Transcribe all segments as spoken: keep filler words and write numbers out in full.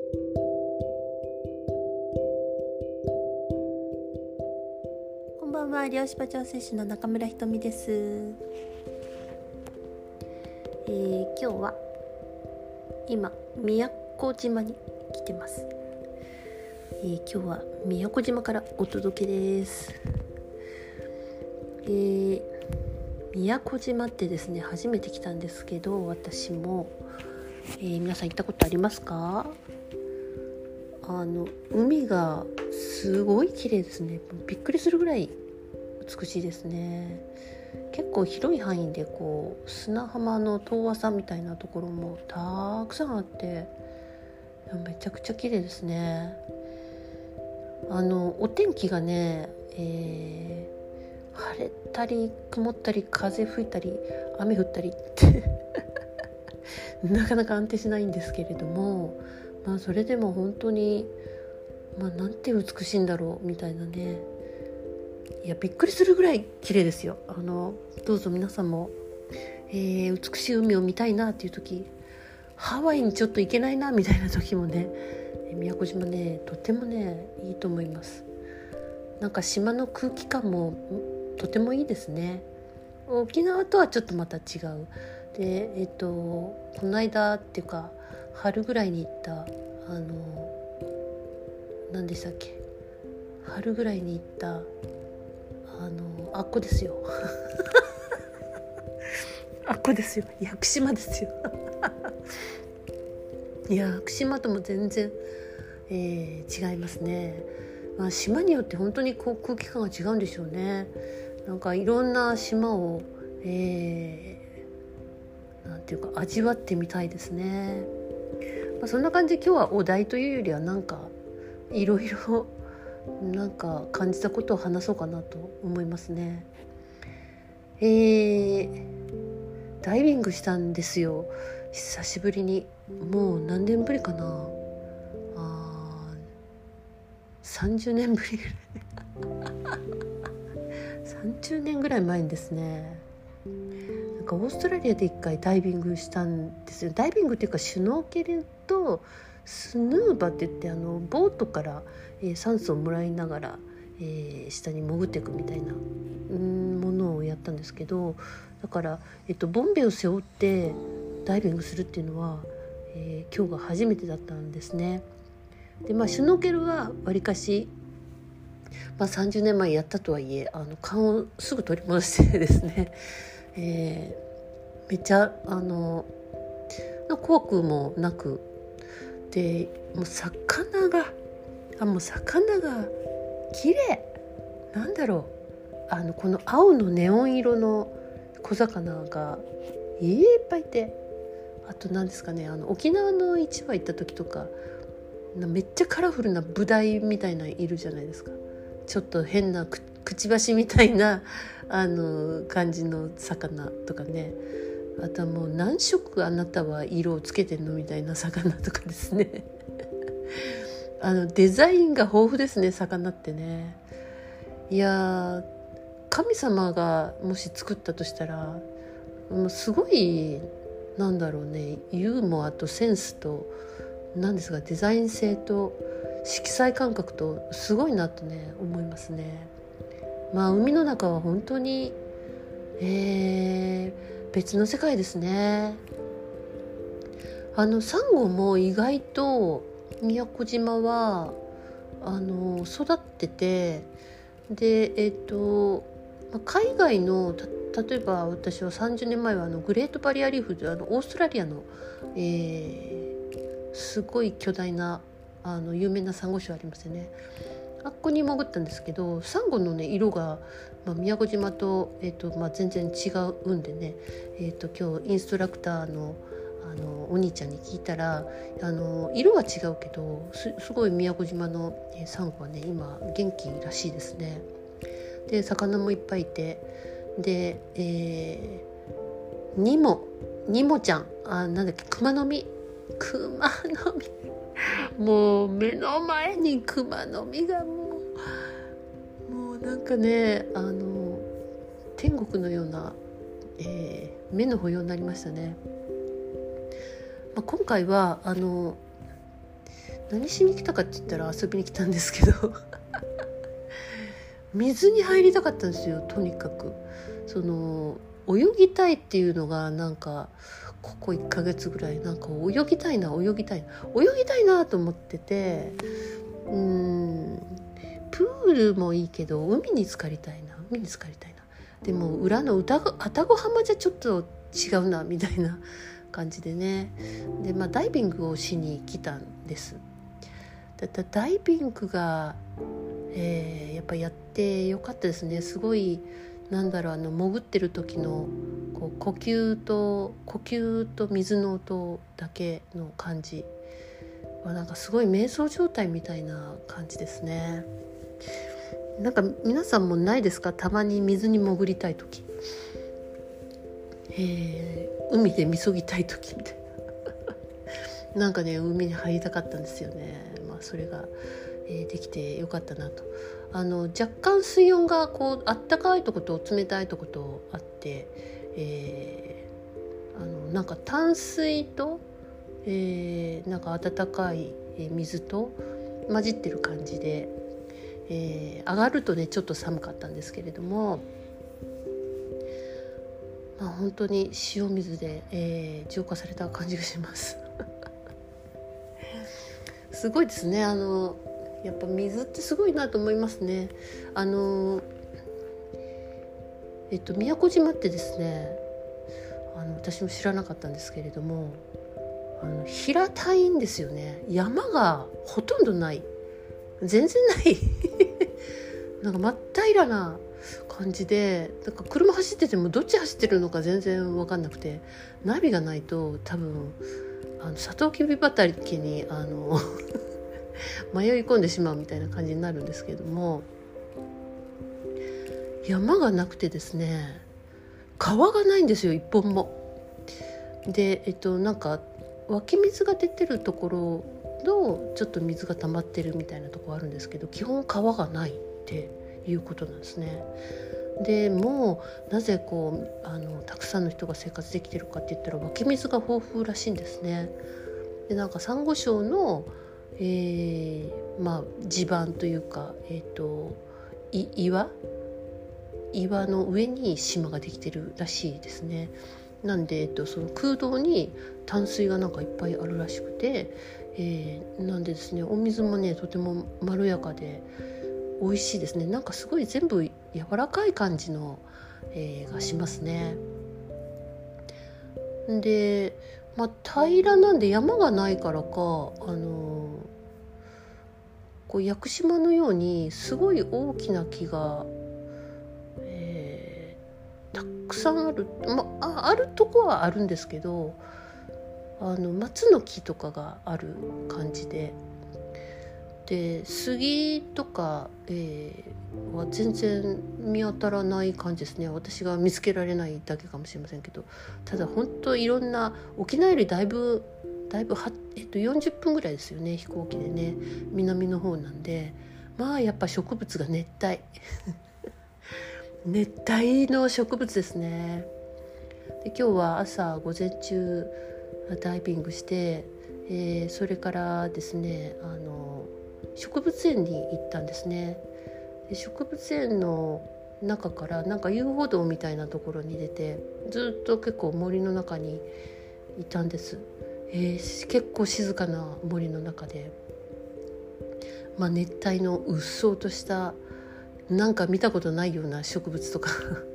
こんばんは、漁師場調整士の中村ひとみです。えー、今日は今宮古島に来てます。えー、今日は宮古島からお届けです。えー、宮古島ってですね、初めて来たんですけど、私も、えー、皆さん行ったことありますか？あの海がすごい綺麗ですね。びっくりするぐらい美しいですね。結構広い範囲でこう砂浜の遠浅みたいなところもたくさんあって、めちゃくちゃ綺麗ですね。あのお天気がね、えー、晴れたり曇ったり風吹いたり雨降ったりってなかなか安定しないんですけれども、まあ、それでも本当に、まあ、なんて美しいんだろうみたいなね。いや、びっくりするぐらい綺麗ですよ。あのどうぞ皆さんも、えー、美しい海を見たいなっていう時、ハワイにちょっと行けないなみたいな時もね、宮古島ね、とてもねいいと思います。なんか島の空気感もとてもいいですね。沖縄とはちょっとまた違う。で、えっとこの間っていうか春ぐらいに行ったあの何でしたっけ、春ぐらいに行ったあのあっこですよあっこですよ屋久島ですよいや、屋久島とも全然、えー、違いますね。まあ、島によって本当にこう空気感が違うんでしょうね。なんかいろんな島を、えー、なんていうか味わってみたいですね。まあ、そんな感じで今日はお題というよりはなんかいろいろなんか感じたことを話そうかなと思いますね。えー、ダイビングしたんですよ、久しぶりに。もう何年ぶりかな、あさんじゅうねんぶりぐらいさんじゅうねんぐらい前にですね、なんかオーストラリアで一回ダイビングしたんですよ。ダイビングっていうかシュノーケルとスヌーバって言って、あのボートから、えー、酸素をもらいながら、えー、下に潜っていくみたいなうんものをやったんですけど、だから、えっと、ボンベを背負ってダイビングするっていうのは、えー、今日が初めてだったんですね。で、まあ、シュノーケルはわりかし、まあ、さんじゅうねんまえやったとはいえ、あの勘をすぐ取り戻してですね、えー、めっちゃあの怖くもなくで、もう魚があもう魚が綺麗なんだろう、あのこの青のネオン色の小魚がいっぱいいて、あと何ですかね、あの沖縄の市場行った時とかめっちゃカラフルなブダイみたいないるじゃないですか。ちょっと変なくくちばしみたいなあの感じの魚とかね。あとはもう何色あなたは色をつけてんのみたいな魚とかですねあのデザインが豊富ですね、魚ってね。いや、神様がもし作ったとしたらもうすごい、なんだろうね、ユーモアとセンスと何ですか、デザイン性と色彩感覚とすごいなとね思いますね。まあ海の中は本当に、えー、別の世界ですね。あのサンゴも意外と宮古島はあの育ってて、でえっ、と海外のた例えば私はさんじゅうねんまえはあのグレートバリアリーフというあのオーストラリアの、えー、すごい巨大なあの有名なサンゴ礁ありますよね。あっこに潜ったんですけど、サンゴの、ね、色が、まあ、宮古島と、えーとまあ、全然違うんでね、えーと今日インストラクターのあのお兄ちゃんに聞いたら、あの色は違うけど す, すごい宮古島の、えー、サンゴはね今元気らしいですね。で魚もいっぱいいて、で、えー、ニモニモちゃん、あなんだっけ、クマノミクマノミもう目の前にクマノミがもうもうなんかね、あの天国のような、えー、目の保養になりましたね。まあ、今回はあの何しに来たかって言ったら遊びに来たんですけど水に入りたかったんですよ。とにかくその泳ぎたいっていうのがなんかここいっかげつぐらいなんか泳ぎたいな泳ぎたいな泳ぎたいなと思ってて、うーんプールもいいけど海に浸かりたいな海に浸かりたいなでも裏の愛宕浜じゃちょっと違うなみたいな感じでね。で、まあ、ダイビングをしに来たんです。だだダイビングが、えー、やっぱやってよかったですね。すごいなんだろうあの潜ってる時のこう呼吸と呼吸と水の音だけの感じはなんかすごい瞑想状態みたいな感じですね。なんか皆さんもないですか？たまに水に潜りたい時、えー、海でみそぎたい時みたいななんかね海に入りたかったんですよね。まあそれが、えー、できてよかったなと。あの若干水温がこうあったかいとこと冷たいとことあって、えー、あのなんか淡水と、えー、なんか温かい水と混じってる感じで、えー、上がるとねちょっと寒かったんですけれども、まあ、本当に塩水で、えー、浄化された感じがしますすごいですね。あのやっぱ水ってすごいなと思いますね。あのえっと宮古島ってですね、あの私も知らなかったんですけれども、あの平たいんですよね。山がほとんどない、全然ないなんか真っ平らな感じで、なんか車走っててもどっち走ってるのか全然分かんなくて、ナビがないと多分あのサトウキビ畑にあの迷い込んでしまうみたいな感じになるんですけれども、山がなくてですね、川がないんですよ一本も。で、えっとなんか湧き水が出てるところのちょっと水が溜まってるみたいなところあるんですけど、基本川がないっていうことなんですね。でもうなぜこうあのたくさんの人が生活できてるかって言ったら湧き水が豊富らしいんですね。でなんかサンゴ礁の、えーまあ、地盤というか、えーと、い岩岩の上に島ができてるらしいですね。なんで、えっと、その空洞に淡水がなんかいっぱいあるらしくて、えー、なんでですね、お水もねとてもまろやかで美味しいですね。なんかすごい全部柔らかい感じの、えー、がしますね。で、まあ、平らなんで山がないからか、あのー、こう屋久島のようにすごい大きな木が、えー、たくさんある、まあ、あるとこはあるんですけど、あの松の木とかがある感じで、で杉とか、えー、は全然見当たらない感じですね。私が見つけられないだけかもしれませんけど、ただ本当いろんな、沖縄よりだいぶだいぶは、えっと、よんじゅっぷんぐらいですよね、飛行機でね、南の方なんで、まあやっぱ植物が熱帯熱帯の植物ですね。で今日は朝午前中ダイビングして、えー、それからですね、あの植物園に行ったんですね。で植物園の中からなんか遊歩道みたいなところに出て、ずっと結構森の中にいたんです。えー、結構静かな森の中で、まあ、熱帯のうっそうとしたなんか見たことないような植物とか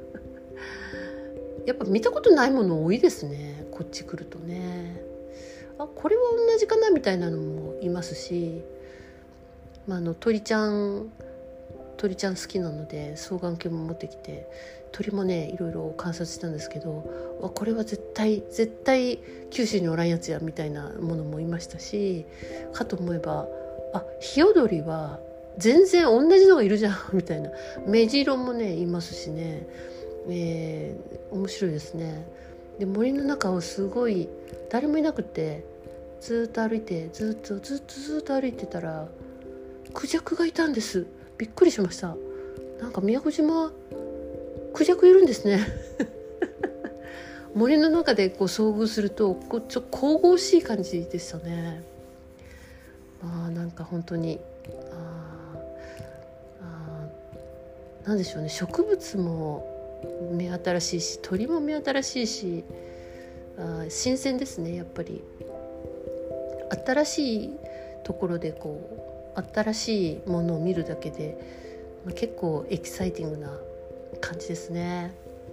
やっぱ見たことないもの多いですね、こっち来るとね。あ、これは同じかなみたいなのもいますし、まあ、あの鳥ちゃん鳥ちゃん好きなので双眼鏡も持ってきて、鳥もねいろいろ観察したんですけど、あ、これは絶対絶対九州におらんやつやみたいなものもいましたし、かと思えば、あ、ヒヨドリは全然同じのがいるじゃんみたいな、メジロもねいますしね、えー、面白いですね。で森の中をすごい誰もいなくて、ずっと歩いてずっとずっとずっと歩いてたらクジャクがいたんです。びっくりしました。なんか宮古島クジャクいるんですね森の中でこう遭遇するとこうちょっと神々しい感じでしたね。まか本当にああなんでしょうね、植物も目新しいし鳥も目新しいし、あ新鮮ですね。やっぱり新しいところでこう新しいものを見るだけで結構エキサイティングな感じですね。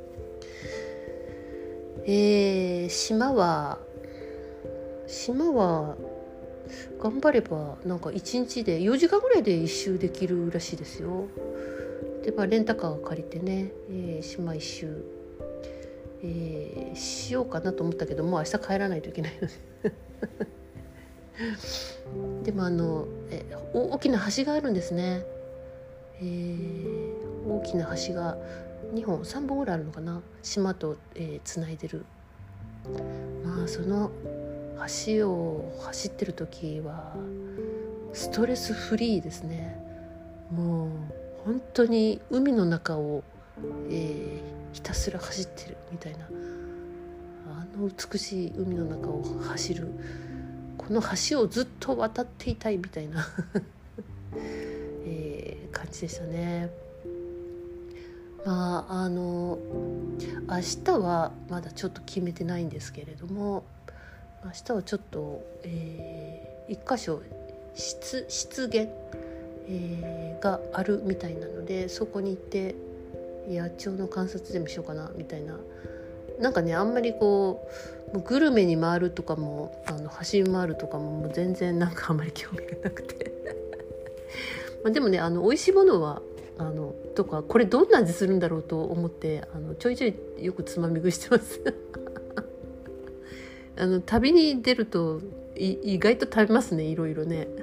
えー、島は島は頑張ればなんかいちにちでよじかんぐらいで一周できるらしいですよ。で、まあ、レンタカーを借りてね、えー、島一周、えー、しようかなと思ったけどもう明日帰らないといけないのででもあのえ大きな橋があるんですね。えー、大きな橋がにほんさんぼんぐらいあるのかな、島と、えー、つないでる。まあその橋を走ってる時はストレスフリーですね。もう本当に海の中を、えー、ひたすら走ってるみたいな、あの美しい海の中を走る、この橋をずっと渡っていたいみたいな、えー、感じでしたね。まああの明日はまだちょっと決めてないんですけれども、明日はちょっと、えー、一箇所湿湿原、えー、があるみたいなので、そこに行って野鳥の観察でもしようかなみたいな。なんかねあんまりこうグルメに回るとかもあの走り回るとかも、もう全然なんかあんまり興味がなくてまあでもねあの美味しいものはあのとかこれどんな味するんだろうと思ってあのちょいちょいよくつまみ食いしてますあの旅に出ると意外と食べますね、いろいろね。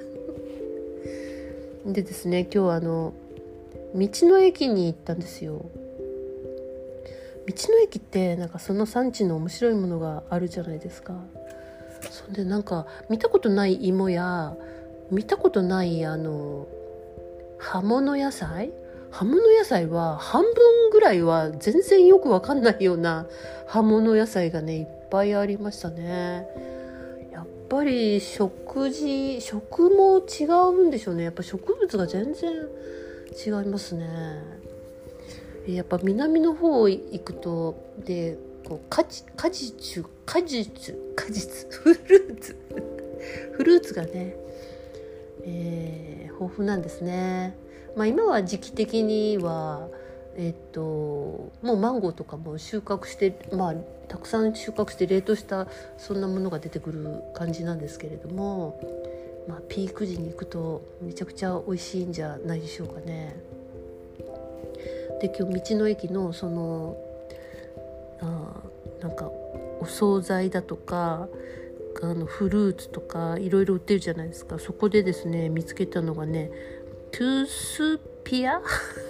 でですね、今日あの道の駅に行ったんですよ。道の駅ってなんかその産地の面白いものがあるじゃないですか。そんでなんか見たことない芋や見たことないあの葉物野菜葉物野菜は半分ぐらいは全然よくわかんないような葉物野菜がねいっぱいありましたね。やっぱり食事食も違うんでしょうね。やっぱ植物が全然違いますね。やっぱ南の方行くとでこう果実果実果実果実フルーツフルーツがね、えー、豊富なんですね。まあ、今は時期的にはえっともうマンゴーとかも収穫して、まあ、たくさん収穫して冷凍したそんなものが出てくる感じなんですけれども、まあ、ピーク時に行くとめちゃくちゃ美味しいんじゃないでしょうかね。で今日道の駅のそのあなんかお惣菜だとかあのフルーツとかいろいろ売ってるじゃないですか。そこでですね見つけたのがねトゥースピア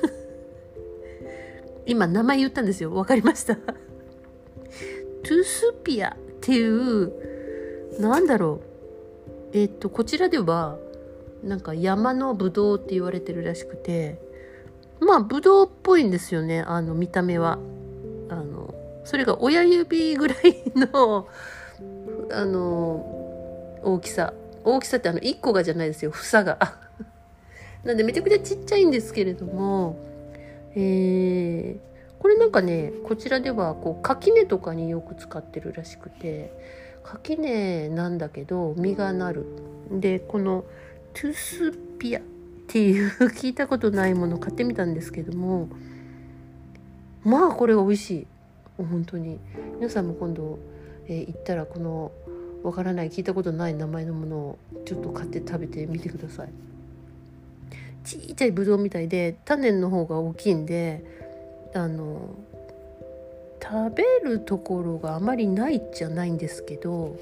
今名前言ったんですよ。わかりましたトゥースピアっていうなんだろうえっとこちらではなんか山のブドウって言われてるらしくて、まあブドウっぽいんですよね。あの見た目はあのそれが親指ぐらいのあの大きさ大きさってあのいっこがじゃないですよ、房がなんでめちゃくちゃちっちゃいんですけれども、えー、これなんかねこちらではこう垣根とかによく使ってるらしくて、垣根なんだけど実がなるで、このトゥースピアっていう聞いたことないものを買ってみたんですけども、まあこれが美味しい。本当に皆さんも今度、えー、行ったらこのわからない聞いたことない名前のものをちょっと買って食べてみてください。ちっちゃいブドウみたいで種の方が大きいんであの食べるところがあまりないじゃないんですけど、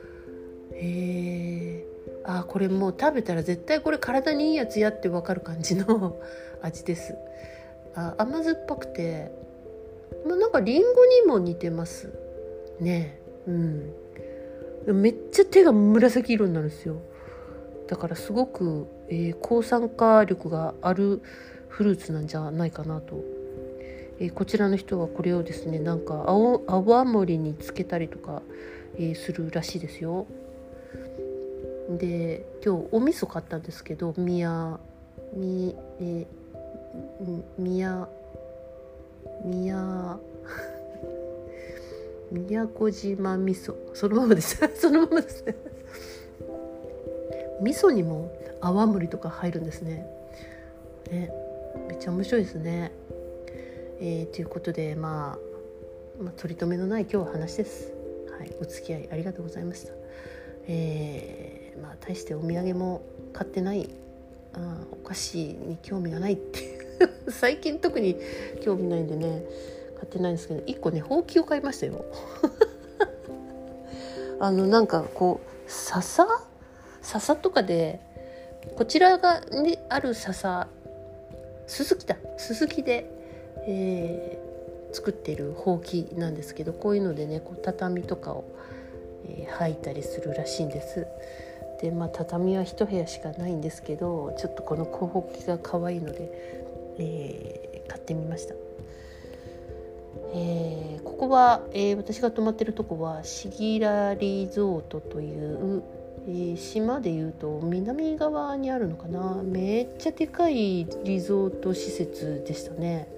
へーあこれもう食べたら絶対これ体にいいやつやって分かる感じの味です。あ甘酸っぱくて、まあ、なんかリンゴにも似てますね。うんめっちゃ手が紫色になるんですよ。だからすごく、えー、抗酸化力があるフルーツなんじゃないかなと、えー、こちらの人はこれをですねなんか青泡盛につけたりとか、えー、するらしいですよ。 で今日お味噌買ったんですけど、宮みえ宮宮宮古島味噌、そのままですそのままですね味噌にも泡盛とか入るんですね。ね、めっちゃ面白いですね。えー、ということで、まあ、まあ取り留めのない今日は話です。はい、お付き合いありがとうございました。えーまあ、大してお土産も買ってない、あお菓子に興味がないっていう最近特に興味ないんでね買ってないんですけど、いっこねほうきを買いましたよあのなんかこう笹笹とかで、こちらがにある笹、ススキだススキで、えー、作っているほうきなんですけど、こういうのでねこう畳とかを、えー、履いたりするらしいんです。で、まあ、畳は一部屋しかないんですけど、ちょっとこのほうきが可愛いので、えー、買ってみました。えー、ここは、えー、私が泊まってるとこはシギラリゾートという、えー、島でいうと南側にあるのかな。めっちゃでかいリゾート施設でしたね。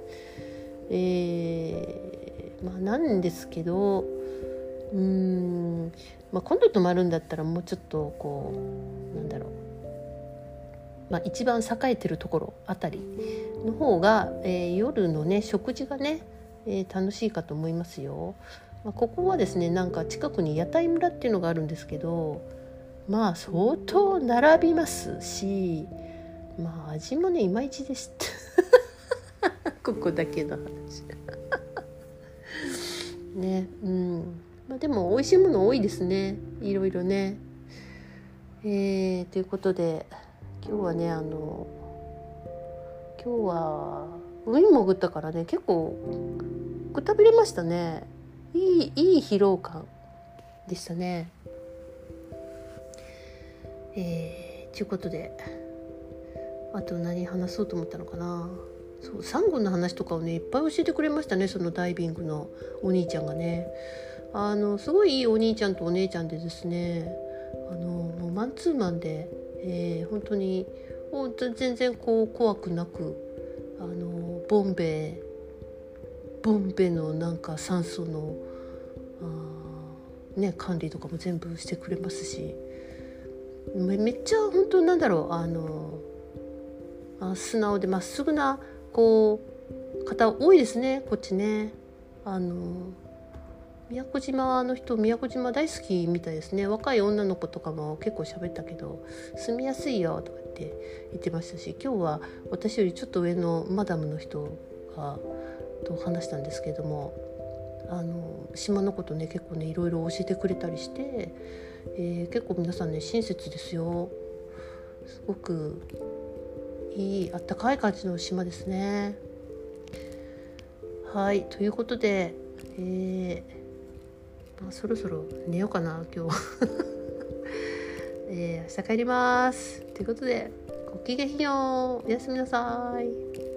えー、まあなんですけど、うーん、まあ、今度泊まるんだったらもうちょっとこうなんだろう、まあ、一番栄えてるところあたりの方が、えー、夜のね食事がね、えー、楽しいかと思いますよ。まあ、ここはですねなんか近くに屋台村っていうのがあるんですけど、まあ相当並びますし、まあ味もねいまいちでしたここだけの話ね、うん、まあ、でも美味しいもの多いですね、いろいろね。えー、ということで今日はねあの今日は海潜ったからね結構くたびれましたね。いいいい疲労感でしたね。えー、ということであと何話そうと思ったのかな。そうサンゴの話とかをねいっぱい教えてくれましたね、そのダイビングのお兄ちゃんがね。あのすごいいいお兄ちゃんとお姉ちゃんでですね、あのもうマンツーマンで、えー、本当に全然こう怖くなく、あのボンベボンベのなんか酸素のあ、ね、管理とかも全部してくれますし、め, めっちゃ本当なんだろう、あのあ素直でまっすぐなこう方多いですね、こっちね。あの宮古島の人宮古島大好きみたいですね。若い女の子とかも結構喋ったけど住みやすいよとかって言ってましたし、今日は私よりちょっと上のマダムの人がと話したんですけれども、あの島のことね結構ねいろいろ教えてくれたりして、えー、結構皆さんね親切ですよ。すごくいいあったかい感じの島ですね。はい、ということで、えーまあ、そろそろ寝ようかな今日、えー、明日帰りますということでごきげんよう、おやすみなさい。